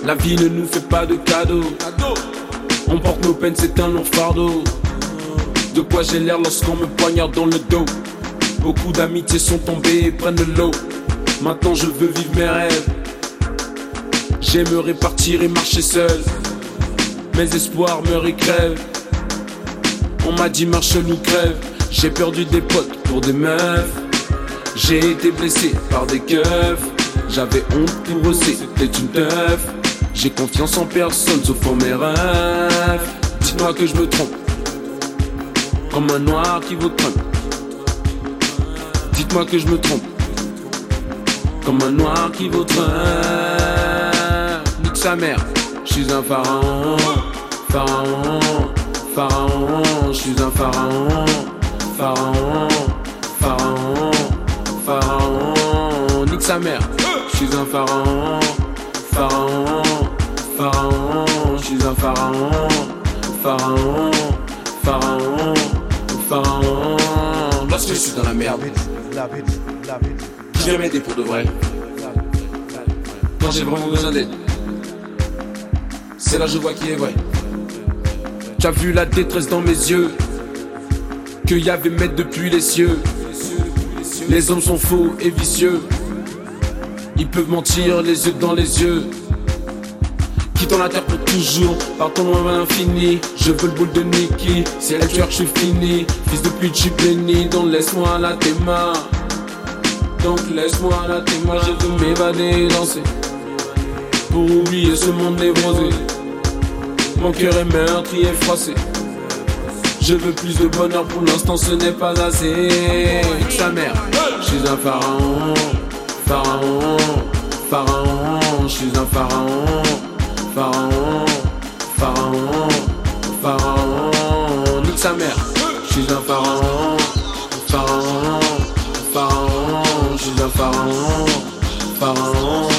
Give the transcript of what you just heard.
La vie ne nous fait pas de cadeaux. On porte nos peines, c'est un lourd fardeau. De quoi j'ai l'air lorsqu'on me poignarde dans le dos. Beaucoup d'amitiés sont tombées et prennent le lot. Maintenant je veux vivre mes rêves. J'aimerais partir et marcher seul. Mes espoirs meurent et crèvent. On m'a dit marche ou crève. J'ai perdu des potes pour des meufs. J'ai été blessé par des keufs. J'avais honte pour eux, c'était une teuf. J'ai confiance en personne sauf en mes rêves. Dites-moi que je me trompe, comme un noir qui vaut Trump. Dites-moi que je me trompe, comme un noir qui vaut Trump. Nique sa mère, je suis un pharaon. Pharaon, pharaon, je suis un pharaon. Pharaon, pharaon, pharaon. Nique sa mère, je suis un pharaon. Pharaon, pharaon, je suis un pharaon. Pharaon, pharaon, pharaon. Lorsque je suis dans la merde, qui vient m'aider pour de vrai? Quand j'ai vraiment besoin d'aide, c'est là que je vois qui est vrai. Tu as vu la détresse dans mes yeux, qu'il y avait maître depuis les cieux. Les hommes sont faux et vicieux. Ils peuvent mentir les yeux dans les yeux. Quittant la terre pour toujours, partons loin vers l'infini. Je veux le boule de Nicky, si elle tueur je suis fini. Fils de pute je suis béni, donc laisse-moi la théma. Donc laisse-moi la théma, je veux m'évader et danser pour oublier ce monde névrosé. Mon cœur est meurtri et froissé. Je veux plus de bonheur, pour l'instant ce n'est pas assez. Nique sa mère, je suis un pharaon. Pharaon, pharaon, je suis un pharaon. Pharaon, pharaon, pharaon. Nique sa mère, je suis un pharaon. Pharaon, pharaon, je suis un pharaon. Pharaon,